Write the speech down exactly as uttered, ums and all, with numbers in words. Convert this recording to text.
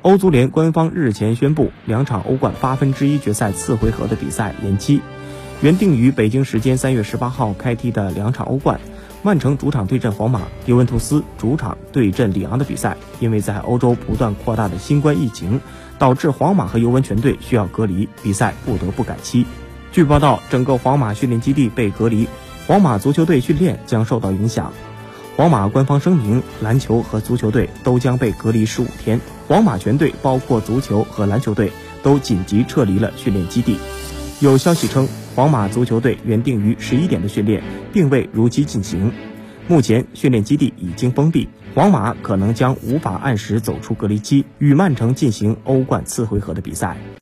欧足联官方日前宣布，两场欧冠八分之一决赛次回合的比赛延期。原定于北京时间三月十八号开踢的两场欧冠，曼城主场对阵皇马，尤文图斯主场对阵里昂的比赛，因为在欧洲不断扩大的新冠疫情，导致皇马和尤文全队需要隔离，比赛不得不改期。据报道，整个皇马训练基地被隔离，皇马足球队训练将受到影响。皇马官方声明，篮球和足球队都将被隔离十五天，皇马全队包括足球和篮球队都紧急撤离了训练基地。有消息称，皇马足球队原定于十一点的训练并未如期进行，目前训练基地已经封闭，皇马可能将无法按时走出隔离期，与曼城进行欧冠次回合的比赛。